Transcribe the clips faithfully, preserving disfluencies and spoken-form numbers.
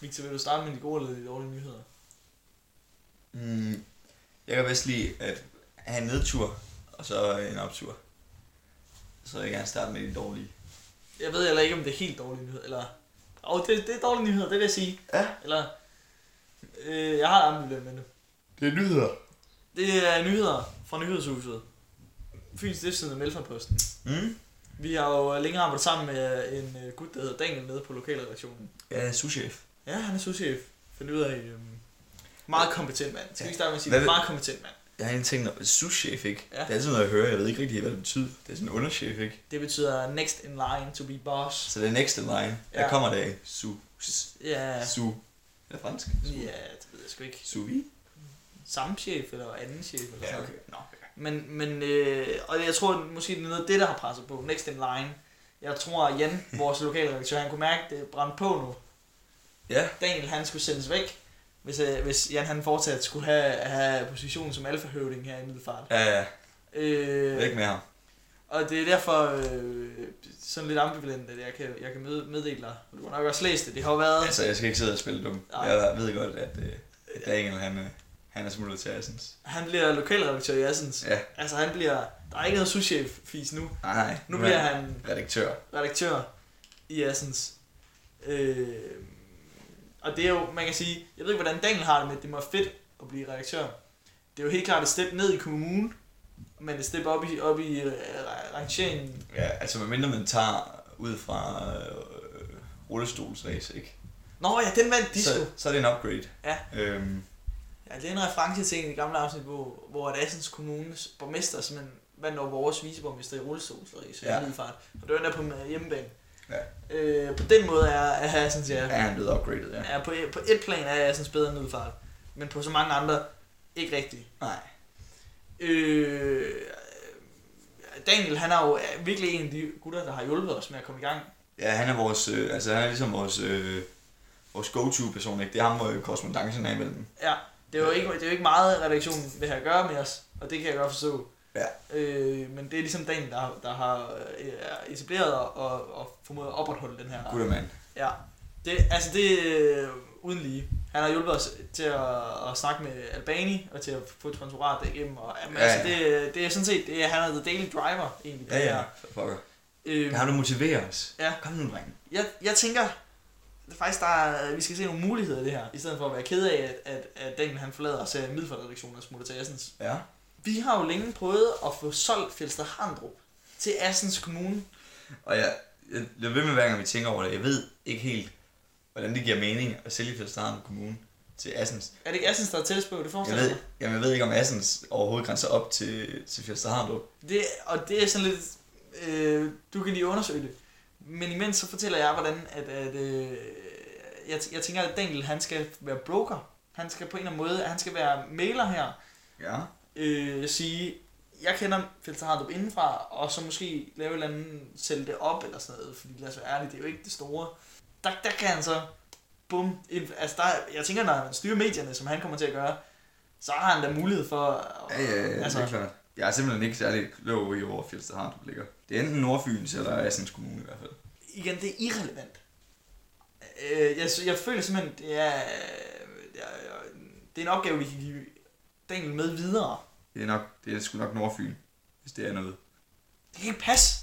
Victor, vil du starte med de gode eller de dårlige nyheder? Mm, jeg kan bedst lide at have en nedtur, og så en optur. Så jeg vil gerne starte med de dårlige. Jeg ved heller ikke, om det er helt dårlige nyheder, eller... Åh, oh, det, det er dårlige nyheder, det vil jeg sige. Ja. Eller... Øh, jeg har ambivalent med det. Det er nyheder. Det er nyheder fra Nyhedshuset. Fyns Stiftstidende Velfærdsposten. Mm. Vi har jo længere arbejdet sammen med en gut, der hedder Daniel, nede på lokalredaktionen. Ja, souschef. Ja, han er souschef. Find ud af... Øhm, meget kompetent mand. Skal vi starte med at sige, Hvad det er vil- meget kompetent mand. Jeg har en ting om souschef, ikke? Ja. Det er altid noget, jeg hører. Jeg ved ikke rigtig, hvad det betyder. Det er sådan en underchef, ikke? Det betyder next in line to be boss. Så det er next in line. Ja. Der kommer det af. Su. Ja, Su. Er det fransk? ja, det ved jeg sgu ikke. Sous vide? Samme chef eller anden chef eller Ja, sådan okay. Nå, okay. Men, men øh, og jeg tror måske det er noget af det, der har presset på. Next in line. Jeg tror, at Jan, vores lokalredaktør, han kunne mærke, at det brændte på nu. Ja. Daniel, han skulle sendes væk, hvis, øh, hvis Jan han fortsat skulle have, have positionen som alfahøvding her i Middelfart. Ja, ja. Øh, Væk med ham. og det er derfor øh, sådan lidt ambivalent, at jeg kan, jeg kan med, meddele dig. Og du har nok også læst det. Det har jo været... Altså, jeg skal ikke sidde og spille dum. Nej. Jeg ved godt, at øh, Daniel, han, øh, han er smuttet til Assens. Han bliver lokalredaktør i Assens. Ja. Altså han bliver... Der er ikke noget souschef-fis nu. Nej, nej. Nu er bliver han redaktør. redaktør i Assens. Øh, og det er jo, man kan sige, jeg ved ikke hvordan Daniel har det med, det må være fedt at blive redaktør. Det er jo helt klart et step ned i kommunen, men et step op i, op i uh, rangeringen. Ja, altså medmindre man tager ud fra øh, rullestolsrace, ikke? Nå ja, den vandt Disco. Så, så er det en upgrade. Ja. Øhm, Ja, det er en reference til en i det gamle afsnit, hvor, hvor at Assens Kommunes borgmester simpelthen vandt over vores viceborgmester i rullestolsrace. Ja. Ja. Og det var der på hjemmebane. Ja. Øh, på den måde er, er Assens, ja. er han blevet upgradet, ja. Ja, på, på et plan er Assens bedre end Middelfart, men på så mange andre ikke rigtigt. Nej. Øh, Daniel, han er jo virkelig en af de gutter, der har hjulpet os med at komme i gang. Ja, han er vores, øh, altså han er ligesom vores, øh, vores go-to-person, ikke? Det er ham, hvor korrespondancen er imellem. Ja, det er jo ikke, det er jo ikke meget redaktionen vil have at gøre med os, og det kan jeg godt forstå. Ja. Øh, men det er ligesom Daniel, der, der har øh, etableret og, og formået at opretholde den her. Guttermand. Ja, det, altså det er øh, uden lige. Han har hjulpet os til at, at snakke med Albani og til at få et sponsorat igennem. Og, jamen, Ja, ja. altså det, det er sådan set, det er, han er the daily driver egentlig. Ja, ja, for pokker. Øh, Det har du motiveret os. Ja. Kom nu, dreng. jeg, jeg tænker, det er faktisk, der er, vi skal se nogle muligheder i det her, i stedet for at være ked af, at, at, at Daniel han forlader os af Middelfart-redaktionen og smutter til Assens. Ja. Vi har jo længe prøvet at få solgt Fjeldsted Harndrup til Assens Kommune. Og jeg, jeg, jeg ved med hver gang vi tænker over det, jeg ved ikke helt, hvordan det giver mening at sælge Fjeldsted Kommune til Assens. Er det ikke Assens, der er tættest på, det Jeg forestiller ved, mig? jamen, jeg ved ikke, om Assens overhovedet grænser op til, til Fjeldsted Harndrup. Det, og det er sådan lidt, øh, du kan lige undersøge det. Men imens så fortæller jeg, hvordan at, at øh, jeg, jeg tænker, at Daniel han skal være broker. Han skal på en eller anden måde, han skal være mailer her. Ja. Øh, sige, jeg kender Fjeldsted Harndrup indenfra, og så måske lave et eller andet, sælge det op eller sådan noget, fordi lad os være ærlige, det er jo ikke det store. Der, der kan han så, bum, altså der, jeg tænker, når han styrer medierne, som han kommer til at gøre, så har han da mulighed for, Ja, ja, ja, altså, det er klart. Jeg er simpelthen ikke særlig klog i, hvor Fjeldsted Harndrup ligger. Det er enten Nordfyns eller Assens Kommune i hvert fald. igen, det er irrelevant. Øh, jeg, jeg føler simpelthen, det er, det er, det er en opgave, vi kan give Daniel med videre. Det er nok, det er sgu nok Nordfyn, hvis det er noget. Det kan ikke passe.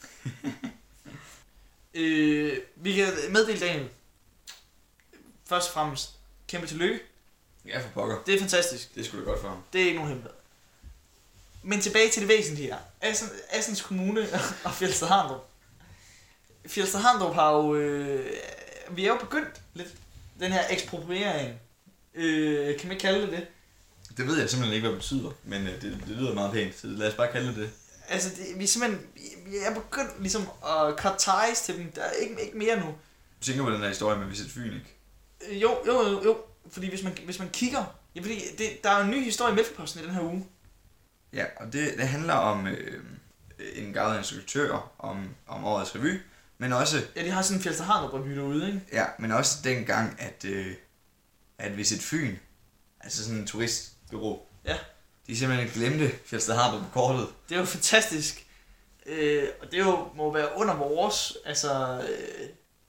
øh, vi kan meddele Daniel. Først og fremmest, kæmpe tillykke. Ja, for pokker. Det er fantastisk. Det er sgu da godt for ham. Det er ikke nogen hemmelighed. Men tilbage til det væsentlige her. Assens, Assens Kommune og Fjeldsted Harndrup. Fjeldsted Harndrup har jo... Øh, vi er jo begyndt lidt. Den her ekspropriering. Øh, kan man ikke kalde det det? Det ved jeg simpelthen ikke, hvad det betyder, men øh, det, det lyder meget pænt, så lad os bare kalde det det. Altså, det, vi er simpelthen... Vi er begyndt ligesom at cut ties til dem. Der er ikke, ikke mere nu. Du tænker på den her historie med Visit Fyn, ikke? Øh, jo, jo, jo, jo. Fordi hvis man, hvis man kigger... Ja, fordi det, der er en ny historie i Mælkeposten i den her uge. Ja, og det, det handler om øh, en gavet instruktør, om, om årets revy, men også, Ja, de har sådan en Fjeldsted Harndrup revy derude, ikke? ja, men også dengang, at, øh, at Visit Fyn, altså sådan en turistbureau, Ja. de simpelthen glemte Fjeldsted Harndrup på kortet. Det er jo fantastisk. Øh, og det er jo, må være under vores, altså... Øh,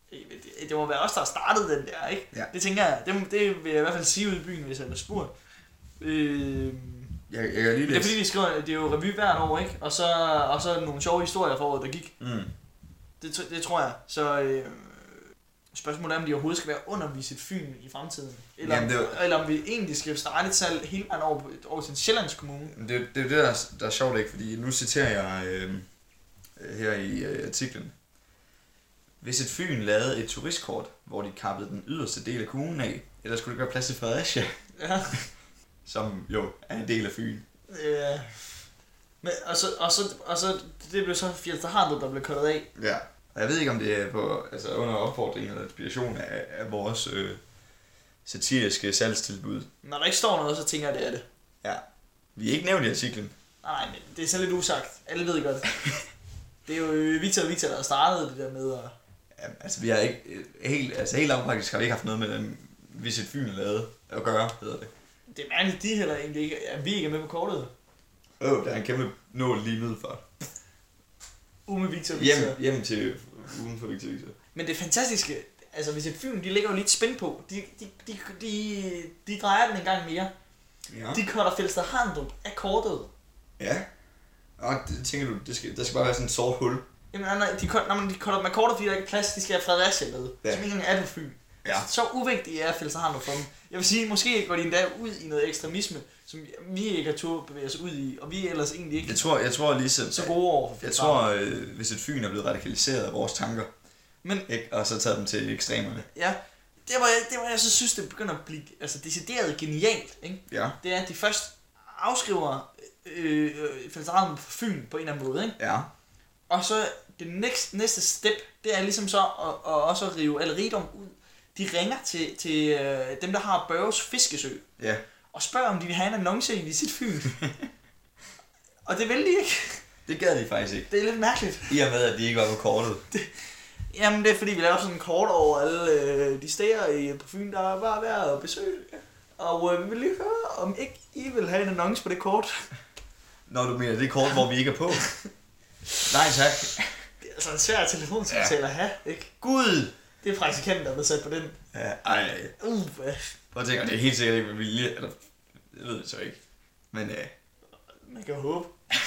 Det må være os, der har startet den der, ikke? Ja. Det tænker jeg, det, det vil jeg i hvert fald sige ude i byen, hvis jeg bliver spurgt. Øh, Jeg, jeg kan lige det er fordi, de skriver, det er jo revy hvert år, ikke? Og så, og så nogle sjove historier for året, der gik. Mm. Det, det tror jeg. Så øh, spørgsmålet er, om de overhovedet skal være undervist et Fyn i fremtiden. Eller, Jamen, det er jo... eller om vi egentlig skal starte et salg hele vejen over, over til en Sjællands Kommune. Det, det er jo det, der er, der er sjovt, ikke? Fordi nu citerer jeg øh, her i øh, artiklen. Hvis et Fyn lavede et turistkort, hvor de kappede den yderste del af kommunen af, eller skulle det gøre plads til Fredericia, Ja. som jo er en del af Fyn. Ja. Men, og, så, og, så, og så, det blev så Fjeldsted Harndrup, der blev kørt af. Ja. Og jeg ved ikke, om det er på, altså under opfordring eller inspiration af, af vores øh, satiriske salgstilbud. Når der ikke står noget, så tænker jeg, det er det. Ja. Vi er ikke nævnt i artiklen. Nej, men det er så lidt usagt. Alle ved godt. Det er jo Victor og Victor, der har startet det der med at... Ja, altså vi har ikke, helt, altså helt lavpraktisk har vi ikke haft noget med den, hvis et Fyn er lavet at gøre, hedder det. Det er mærkeligt, de heller egentlig ikke, at vi ikke er med på kortet. Åh, oh, der er en kæmpe nål lige nede for. Ude med Victor og Victor. Hjem, hjem til uden for Victor Victor. Men det fantastiske, altså hvis et Fyn, de ligger jo lidt spændt på. De, de, de, de, de drejer den en gang mere. Ja. De cutter Fjeldsted Harndrup af kortet. Ja. Og det tænker du, det skal, der skal bare være sådan et sort hul. Jamen nej, de, cut, nej, de cutter dem af kortet, fordi der ikke er plads, de skal have Fredericia med. Ja. Som ikke engang er på Fyn. Ja. Så uvigtigt er Fjeldsted Harndrup for dem. Jeg vil sige, måske går de endda ud i noget ekstremisme, som vi ikke har tur bevæge os ud i, og vi er ellers egentlig ikke Jeg tror, jeg tror ligesom, så gode over for jeg Fjeldsted tror, øh, hvis et Fyn er blevet radikaliseret af vores tanker, Men, ikke? Og så taget dem til ekstremerne. ja, det var, det var jeg så synes, det begynder at blive altså, decideret genialt, ikke? Ja. Det er, at de først afskriver øh, øh, Fjeldsted Harndrup på Fyn på en eller anden måde, ikke? Ja. Og så det næste, næste step, det er ligesom så at, at også at rive al rigdom ud. De ringer til, til øh, dem, der har Børges Fiskesø, Ja. og spørger, om de vil have en annonce i Visit Fyn. Og det vil de ikke. Det gad de faktisk ikke. Det er lidt mærkeligt. I og med, at de ikke var på kortet. Det, jamen, det er fordi, vi laver sådan en kort over alle øh, de steder i, på Fyn, der er bare værd at besøge. Og øh, vi vil lige høre, om ikke I vil have en annonce på det kort. Når du mener det kort, hvor vi ikke er på. Nej tak. Det er altså en svær telefonsamtale at have, ikke? Gud! Det er praktikanten, der er blevet sat på den. Ja, ej. Uh, hvad? Prøv at tænke, det er helt sikkert ikke med vilje, eller jeg ved det så ikke. Men øh, Man kan jo håbe.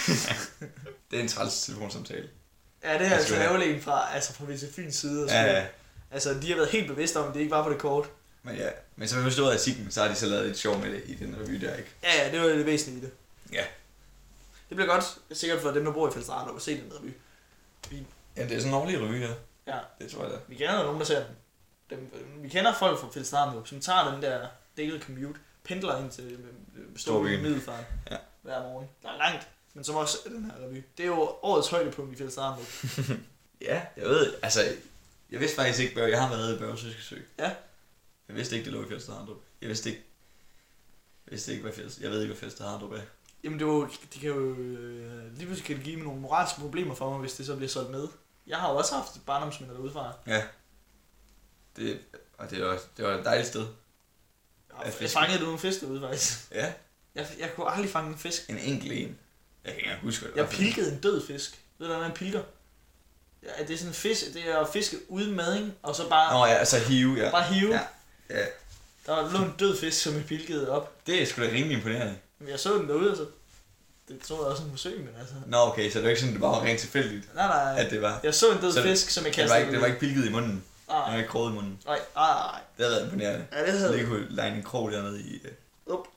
det er en træls telefonsamtale. Ja, det er Jeg altså skal have- ærgerligt fra, altså fra Visit Fyns side. Og Ja, ja. Altså, de har været helt bevidste om, at det ikke var på det kort. Men ja, men som jeg forstod af artiklen, så har de så lavet lidt sjov med det i den revy der, ikke? Ja, ja, det var det væsentlige i det. Ja. Det bliver godt, sikkert for dem, der bor i Fjeldsted Harndrup, at se den revy. Vi, Ja, det er sådan en ordentlig revy der. ja, Det tror jeg da. vi kender nogen, der ser den. Dem, vi kender folk fra Fjeldsted Harndrup, som tager den der daily commute, pendler ind til Storbyen. Storbyen Middelfart Ja. hver morgen. Der er langt, men som også er den her revy. Det er jo årets højdepunkt i Fjeldsted Harndrup. Ja, jeg ved, altså, jeg vidste faktisk ikke, Børge, jeg har været i Børges Fiskesø. Ja. Jeg vidste ikke, det lå i Fjeldsted Harndrup. Jeg vidste ikke, jeg vidste ikke, hvad Fjeldsted, jeg ved ikke, hvad Fjeldsted Harndrup er. Jamen det, var, jo- de kan jo, øh, lige pludselig kan det give mig nogle moralske problemer for mig, hvis det så bliver solgt med. Jeg har jo også haft barndomsminder derudefra. Ja. Det, og det var, det var et dejligt sted. Jeg, jeg fisk. fangede nogle fisk derude faktisk. Ja. Jeg, jeg kunne aldrig fange en fisk. En enkelt en. Jeg kan ikke engang huske, hvad det Jeg var for en. pilkede en død fisk. Ved du, hvad man pilker? Ja, det er sådan en fisk, det er at fiske uden mading, og så bare, Nå ja, altså hive, ja. bare hive. Ja. Ja. Der lå en død fisk, som jeg pilkede op. Det er sgu da rimelig imponerende. Men jeg så den derude, og så... Det tror jeg også en forsøg, men altså... Nå okay, så det var ikke sådan, det bare var rent tilfældigt, Nej, nej. at det var. Jeg så en død Så fisk, som jeg Det kastede var ikke, det var ikke pilket i munden. Det var Nej, ikke kroget i munden. nej, nej, nej. Det havde været imponerende. Ja, det Så havde det kunne lege en krog dernede i... Uh. Up.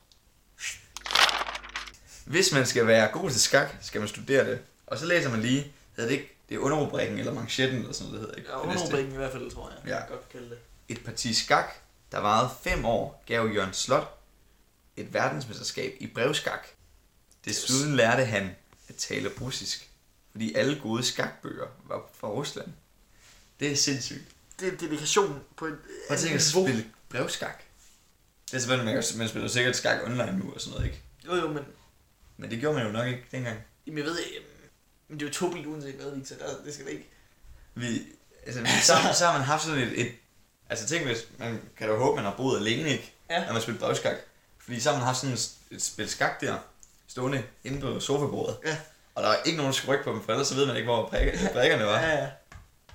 Hvis man skal være god til skak, skal man studere det. Og så læser man lige, hedder det ikke, det er underrubrikken eller manchetten eller sådan noget, det hedder ikke. Ja, Det næste. underrubrikken i hvert fald, tror jeg. Ja. Jeg kan godt kalde det. Et parti skak, der varede fem år, gav Jørgen Slot et verdensmesterskab i brevskak. Desuden lærte han at tale russisk, fordi alle gode skakbøger var fra Rusland. Det er sindssygt. Det er en dedikation på et Prøv at tænke at niveau. spille brevskak. Det er selvfølgelig, man, kan- man spiller sikkert skak online nu og sådan noget, ikke? Jo, jo, men... Men det gjorde man jo nok ikke dengang. Jamen, jeg ved ikke... Men det er jo tåbeligt uanset hvad, Victor. Der- Det skal det ikke... Vi, altså, vi, så, så har man haft sådan et, et... Altså tænk hvis, man kan da håbe, man har boet alene, ikke? Ja. Når man spiller brevskak. Fordi så har man haft sådan et, et spil skak der, stående inde på sofabordet. Ja. Og der er ikke nogen, der skal rykke på dem, for ellers så ved man ikke, hvor brik- brikkerne var. Ja, ja.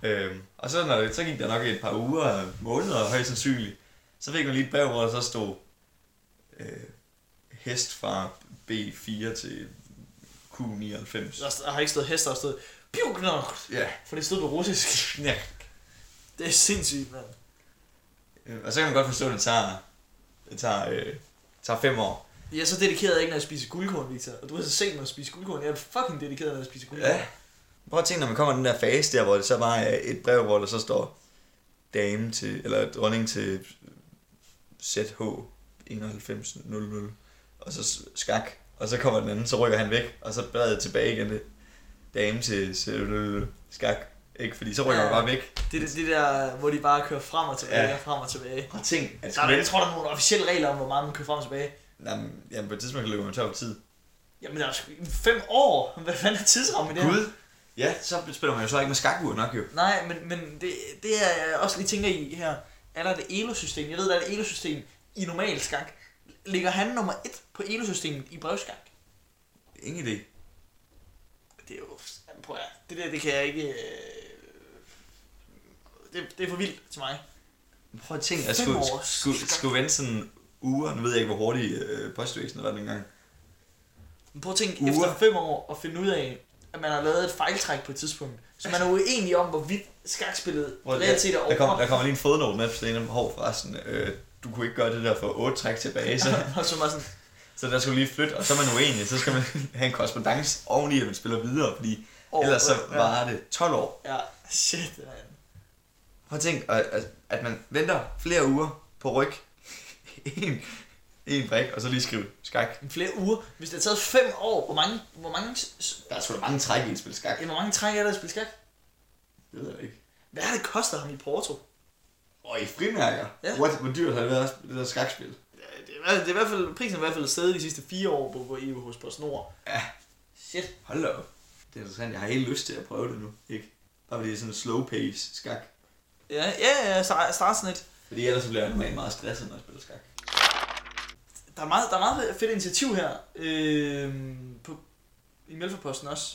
Øhm, og så, når det, så gik der nok et par uger, måneder højst sandsynligt. Så fik man lige et brev, hvor der så stod øh, hest fra B fire til Q nioghalvfems. Der har ikke stået hest, der har stået Bjugner, Ja. for det stod på russisk. Ja. Det er sindssygt, mand. Og så kan man godt forstå, at det tager, det tager, øh, tager fem år. Jeg er så dedikeret ikke, når jeg spiser guldkorn, Victor. Og du har så set mig spise guldkorn. Jeg er fucking dedikeret, når jeg spiser guldkorn. Ja. Prøv at tænke, når man kommer i den der fase der, hvor det så bare er et brev, hvor der så står dame til, eller dronning til Z H enoghalvfems nul nul, og så skak, og så kommer den anden, så rykker han væk, og så brevet tilbage igen det dame til Z skak, ikke? Fordi så rykker ja, man bare væk. Det er det, det der, hvor de bare kører frem og tilbage, ja. og frem og tilbage. Og tænk, at der er, jeg tror, der er nogle officielle regler om, hvor meget man kører frem og tilbage. Jamen, jamen på et tidspunkt løber man tør for tid. Jamen, der er sgu fem år. Hvad fanden er tidsramme i det her? Gud. Ja, så spiller man jo så ikke med skakur nok jo. Nej, men, men det, det er også lige tænker i her. Er der det elo-system? Jeg ved, der er et elo-system i normal skak. Ligger han nummer et på elo-systemet i brevskak? Ingen idé. Det er jo... Prøv at, det der, det kan jeg ikke... Det, det er for vildt til mig. Prøv at tænke, at skulle, skulle, skulle vente sådan uger. Nu ved jeg ikke, hvor hurtigt øh, postvæsenet var dengang. Men prøv at tænke, uger. Efter fem år at finde ud af, at man har lavet et fejltræk på et tidspunkt. Så man er uenig om, hvorvidt skakspillet reelt set er over. Der kommer, der kommer lige en fodnote med, for en hov forresten. Øh, du kunne ikke gøre det der for otte træk tilbage. Så, og så, sådan, så der skulle lige flytte, og så er man uenig. Så skal man have en korrespondance oveni, at man spiller videre, fordi oh, ellers så var det tolv år. Ja, shit, man. Prøv at tænke, at, at man venter flere uger på ryg. en, en brik, og så lige skrive skak. Flere uger? Hvis det har taget fem år, hvor mange... Hvor mange der er sgu da mange træk i et spil skak. Ja, hvor mange træk er der i spil skak? Det ved jeg ikke. Hvad har det kostet ham i Porto? Og i frimærker? Ja. What, hvor dyrt har det været, det der skakspil? Ja, det, er, det er i hvert fald, prisen er i hvert fald stedet de sidste fire år på, på E U hos PostNord. Ja. Shit. Hold da op. Det er interessant. Jeg har helt lyst til at prøve det nu, ikke? Bare fordi det er sådan en slow pace skak. Ja, ja, ja, start sådan et. Fordi ellers så bliver jeg normalt meget stresset, når jeg spiller skak. Der er meget, der er meget fedt initiativ her. Øh, på, i Mælkeposten også.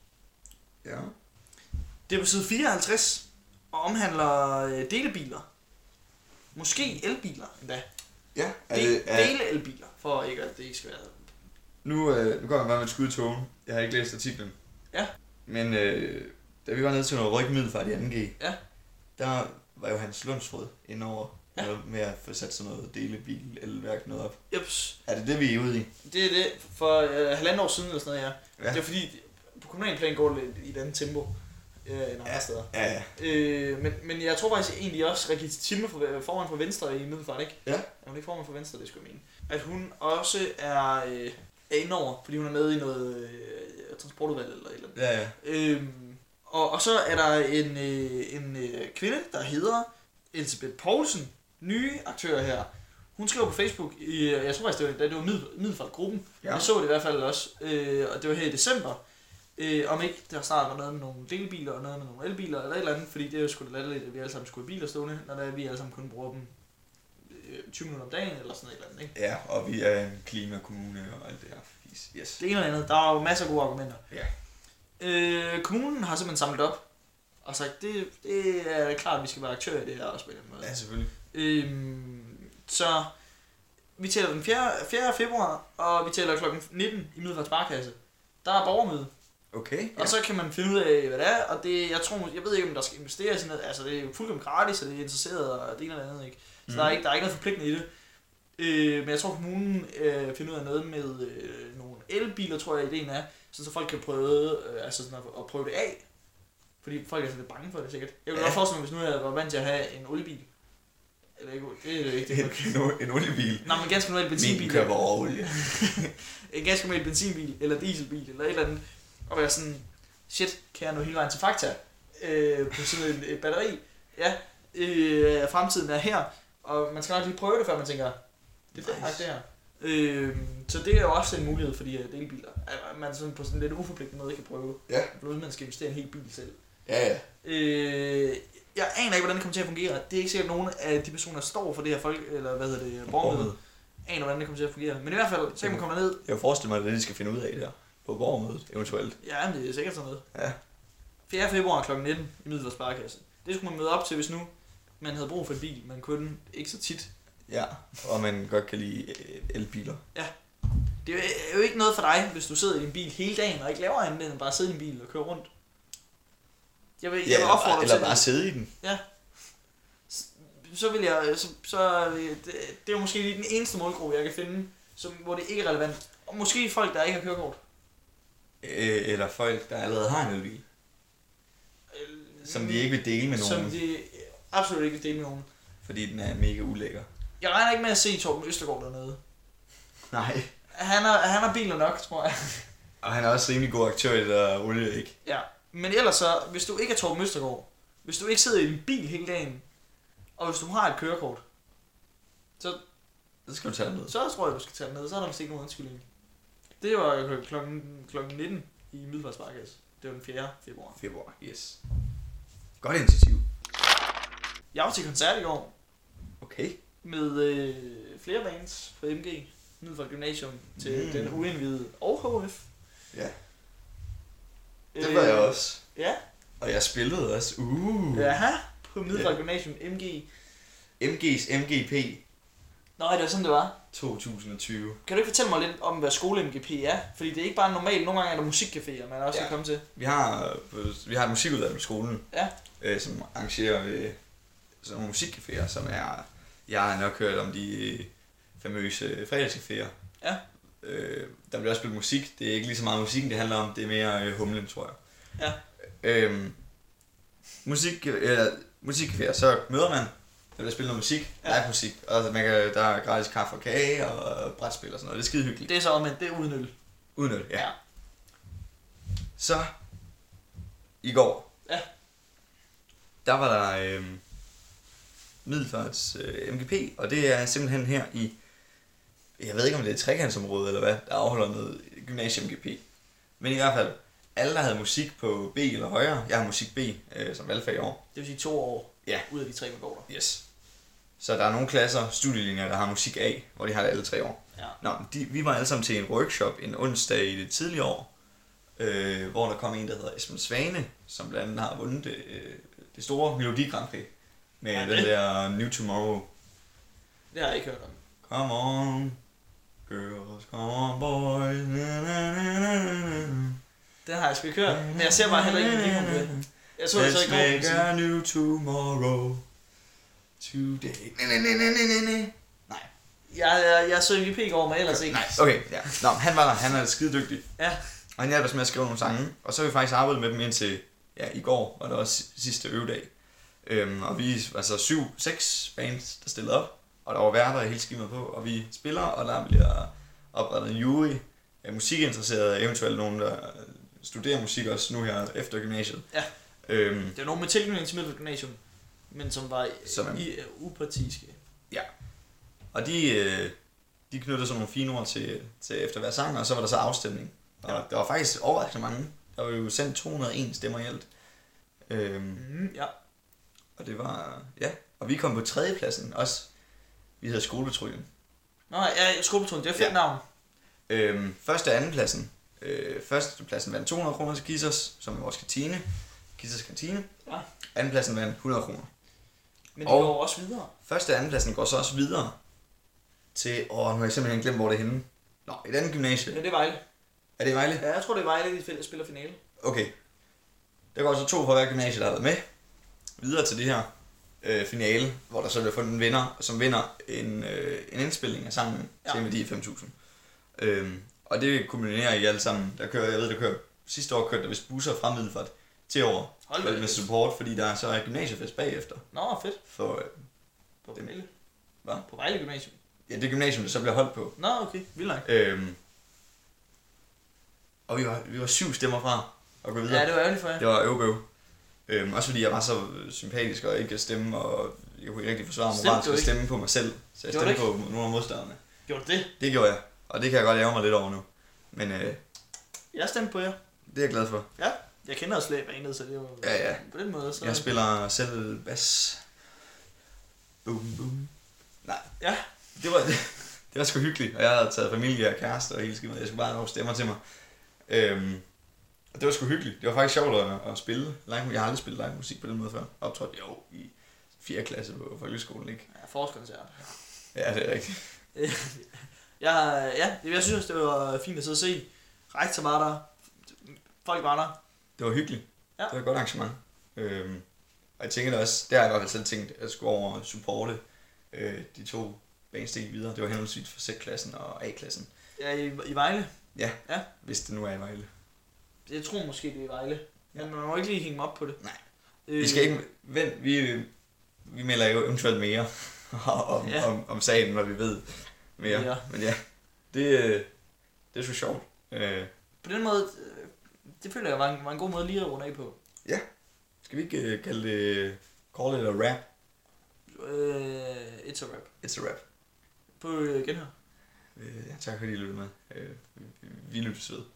Ja. Det er på side fireoghalvtreds og omhandler øh, delebiler. Måske elbiler endda. Ja. Er det, er... Dele elbiler, for ikke at det ikke skal være... Nu, øh, nu kommer jeg bare med et skud i togen. Jeg har ikke læst artiklen. Ja. Men øh, da vi var nede til noget rygmiddel i anden G, ja. der var jo Hans Lundsrød indover ja. med at få sat sådan noget delebil elværk noget op. Jeps. Er det det, vi er ude i? Det er det. For øh, halvandet år siden eller sådan noget, ja. ja. Det er fordi, på kommunalplan går det i et andet tempo øh, end andre ja. steder. Ja, ja. Øh, men, men jeg tror faktisk egentlig også, Regitze Thimme foran for Venstre i Middelfart, ikke? Ja. Er hun ikke foran for Venstre, det skulle jeg mene. At hun også er, øh, er indover, fordi hun er med i noget øh, transportudvalg eller et eller andet. Ja, ja. Øhm, og, og så er der en, øh, en øh, kvinde, der hedder Elisabeth Poulsen, nye aktør her. Hun skriver på Facebook, i, jeg tror faktisk, det var, det var Middelfart-gruppen. Ja. Jeg så det i hvert fald også, øh, og det var her i december. Øh, om ikke der snart var noget med nogle delebiler og noget med nogle elbiler eller et eller andet, fordi det er jo sgu da latterligt, at vi alle sammen skulle have biler stående, når der, vi alle sammen kun bruger dem øh, tyve minutter om dagen eller sådan et eller andet, ikke? Ja, og vi er en klimakommune og alt det her. Yes. Det ene eller andet, der er jo masser af gode argumenter. Ja. Øh, kommunen har simpelthen samlet op og sagt, det, det er klart, at vi skal være aktører i det her også på den måde. Ja, selvfølgelig. Øhm, så vi tæller den fjerde februar, og vi tæller klokken nitten i Middelfart Sparekasse. Der er borgermøde. Okay. Ja. Og så kan man finde ud af, hvad det er, og det, jeg tror, jeg ved ikke, om der skal investeres i noget, altså det er jo fuldkommen gratis, og det er interesseret, og det ene eller andet, ikke? Så mm. der, er ikke, der er ikke noget forpligtende i det. Øh, men jeg tror, kommunen øh, finder ud af noget med øh, nogle elbiler, tror jeg, ideen er, så, så folk kan prøve, øh, altså sådan at, at prøve det af. Fordi folk er sådan lidt bange for det, sikkert. Jeg kunne ja. godt forestille mig, hvis nu jeg var vant til at have en oliebil. Eller ikke, det er ikke det. En, en oliebil? Nej, men ganske normal benzinbil. Min køber over olie. En ganske normal benzinbil, eller dieselbil, eller et eller andet. Og være sådan, shit, kan jeg nå hele vejen til Fakta øh, på sådan et, et batteri? Ja, øh, fremtiden er her, og man skal nok lige prøve det, før man tænker, det er fedt nice. Det her. Øh, så det er jo også en mulighed for de her delbiler, at man sådan på sådan en lidt uforpligtende måde kan prøve, ja. Uden man skal investere en hel bil selv. Ja, ja. Øh, jeg aner ikke, hvordan det kommer til at fungere. Det er ikke sikkert, at nogen af de personer, der står for det her folk, eller hvad hedder det, borgermøde, aner, hvordan det kommer til at fungere. Men i hvert fald, så kan man komme derned. Jeg forestiller mig, at det de skal finde ud af der på borgermødet, eventuelt. Ja, men det er sikkert sådan noget. Ja. fjerde februar klokken nitten i Middelfart Sparekasse. Det skulle man møde op til, hvis nu man havde brug for en bil. Man kunne ikke så tit. Ja, og man godt kan lide elbiler. Ja. Det er jo ikke noget for dig, hvis du sidder i din bil hele dagen og ikke laver andet end bare sidde i din bil og køre rundt. Jeg vil, jeg Ja, vil eller, opfordre bare, dig eller til bare sidde i den. Ja. Så vil jeg, så, så det, det er jo måske lige den eneste målgruppe, jeg kan finde, som, hvor det ikke er relevant. Og måske folk, der ikke har kørekort. Øh, eller folk, der allerede har en elbil. Som de ikke vil dele med nogen. Som de absolut ikke vil dele med nogen. Fordi den er mega ulækker. Jeg regner ikke med at se Torben Østergaard dernede. Nej. Han har, han har biler nok, tror jeg. Og han er også rimelig god aktør i det der olie, ikke? Ja, men ellers så, hvis du ikke er Torben Østergaard, hvis du ikke sidder i din bil hele dagen, og hvis du har et kørekort, så, Så skal du tage med. så tror jeg, du skal tage den ned. Så er der vist ikke nogen undskyldning. Det var klokken, klokken nitten i Middelfart Sparekasse. Det var den fjerde februar. Februar, yes. Godt initiativ. Jeg var til koncert i går Okay. med øh, flere bands på M G, Middelfart Gymnasium, til Mm. den uindvidede og H F. Ja. Det var jeg også. Ja. Og jeg spillede også. Uh. Jaha, på Middelfart Ja. Gymnasium M G. M G's M G P Nej, det var sådan, det var. to tusind og tyve. Kan du ikke fortælle mig lidt om, hvad skole M G P er? Fordi det er ikke bare normalt. Nogle gange er der musikcaféer, man også Ja. kan komme til. Vi har, vi har et musikudvalg på skolen, Ja. øh, som arrangerer øh, sådan nogle musikcaféer, som er... Jeg har nok hørt om de øh, famøse fredagscaféer. Ja. Øh, der bliver også spillet musik. Det er ikke lige så meget musikken, det handler om. Det er mere øh, humlen, tror jeg. Ja. Øhm, musik, eller musikcaféer, så møder man, der bliver spillet noget musik, Ja. live musik, og man kan, der er gratis kaffe og kage og brætspil og sådan noget. Det er skide hyggeligt. Det er så men det er uden øl. Uden øl, ja. Ja. Så, i går, Ja. der var der øh, Middelfarts øh, M G P, og det er simpelthen her i, jeg ved ikke om det er et trekantsområde eller hvad, der afholder noget gymnasium M G P. Men i hvert fald, alle der havde musik på B eller højere, jeg har musik B øh, som valgfag i år. Det vil sige to år Ja. ud af de tre, man går der. Yes. Så der er nogle klasser, studielinjer, der har musik A, hvor de har det alle tre år. Ja. Nå, de, vi var alle sammen til en workshop en onsdag i det tidlige år, øh, hvor der kom en, der hedder Esben Svane, som blandt andet har vundet det, øh, det store Melodi Grand Prix med Ja, den det. der New Tomorrow. Det har jeg ikke hørt om. Come on, girls, come on boys. Na, na, na, na, na. Den har jeg sgu ikke hørt, men jeg ser bare heller ikke en video på det. Jeg så det så i Let's går. make musik. a new tomorrow today. Na, na, na, na, na, na. Nej. Jeg, jeg, jeg så M G P i går, men ellers ikke. Nej, okay, ja. Nå, han var der, han er skide dygtig. Ja. Og han hjalp os med at skrive nogle sange, og så har vi faktisk arbejdet med dem indtil, ja, i går var det også sidste øvedag. Øhm, og vi var altså syv, seks bands, der stillede op, og der var værter hele skimmet på, og vi spiller, og der bliver oprettet en jury af musikinteresserede, eventuelt nogen, der studerer musik også nu her efter gymnasiet. Ja. Øhm, Det var nogen med tilknytning til Middelfart Gymnasium, men som var Som er- i, uh, upartiske. og de, øh, de knyttede sådan nogle fine ord til, til efter hver sang, og så var der så afstemning. Og Ja. der var faktisk overraskende mange. Der var jo sendt to hundrede og en stemmer i alt. Øhm, Mm, ja. Og det var, ja, og vi kom på tredjepladsen også. Vi hedder Skolepatruljen. Nå, ja, skolepatruljen, det er fedt Ja. navn. Øhm, første og andenpladsen. Øh, førstepladsen vandt to hundrede kroner til Kissers, som er vores kantine. Kissers kantine. Ja. Andenpladsen vandt hundrede kroner. Men de Og- går også videre. Første og andenpladsen går så også videre til, åh, nu har jeg simpelthen glemt, hvor det er henne. Nå, et andet gymnasie. Ja, det er Vejle. Er det i Vejle? Ja, jeg tror, det er Vejle, de fælles spiller finale. Okay. Der går så to fra hver gymnasie, der har været med. Videre til det her øh, finale, hvor der så bliver fundet en vinder, som vinder en, øh, en indspilning af sangen Ja. ja. til en værdi af fem tusind. Øhm, og det kombinerer I alle sammen. Der kører, jeg ved, der kører, sidste år kørte der vist busser fra Middelfart til over Hold da med kæft. support, fordi der så er gymnasiefest bagefter. Nå, fedt. For øh, På Det- Vejle. hvad? På Vejle Gymnasium. Ja, det gymnasium, der så bliver holdt på. Nå, okay. Vildt nok. Øhm, og vi var, vi var syv stemmer fra at gå videre. Ja, det var ærgerligt for jer. Det var øvbøv. Øhm, også fordi jeg var så sympatisk og ikke kan stemme, og jeg kunne ikke rigtig forsvare Stemte moralsk du at ikke? stemme på mig selv. Så jeg Gjorde stemte du på nogle af modstanderne. Gjorde du det? Det gjorde jeg, og det kan jeg godt lave mig lidt over nu. Men øh, Jeg stemte på jer. det er jeg glad for. Ja. Jeg kender også lidt banet, så det var Ja, ja. på den måde. Så... Jeg spiller selv bas. Boom, boom. Nej, Ja. det var, det var sgu hyggeligt, og jeg havde taget familie og kæreste og hele skidt. Jeg skulle bare have stemmer til mig. Øhm, Og det var sgu hyggeligt. Det var faktisk sjovt at, at spille live. Jeg har aldrig spillet live musik på den måde før. Optrådte jo i fjerde klasse på folkeskolen, ikke? Ja, forårskoncert. Ja, det er rigtigt. jeg, ja, jeg synes, det var fint at sidde og se. Rektor var der. Folk var der. Det var hyggeligt. Ja. Det var et godt arrangement. Øhm, og jeg tænker da også, det har jeg i hvert fald selv tænkt, at jeg skulle over og supporte øh, de to bands, der gik videre. Det var henholdsvis for Z-klassen og A-klassen. Ja, i, i Vejle. Ja, ja, hvis det nu er i Vejle. Jeg tror måske, det er i Vejle. Men man må ikke lige hænge mig op på det. Nej. Øh, Vi skal ikke vent, vi, vi melder jo eventuelt mere om, ja. om, om sagen, når vi ved mere. Ja. Men ja, det, det er så sjovt. Øh, På den måde, øh, det føler jeg var en, var en god måde lige at runde af på. ja, skal vi ikke uh, kalde det, call it a rap? Øh, it's a rap. It's a rap. På øh, genhør. Øh, ja, tak fordi I lyttede med. Øh, vi, vi lyttes ved.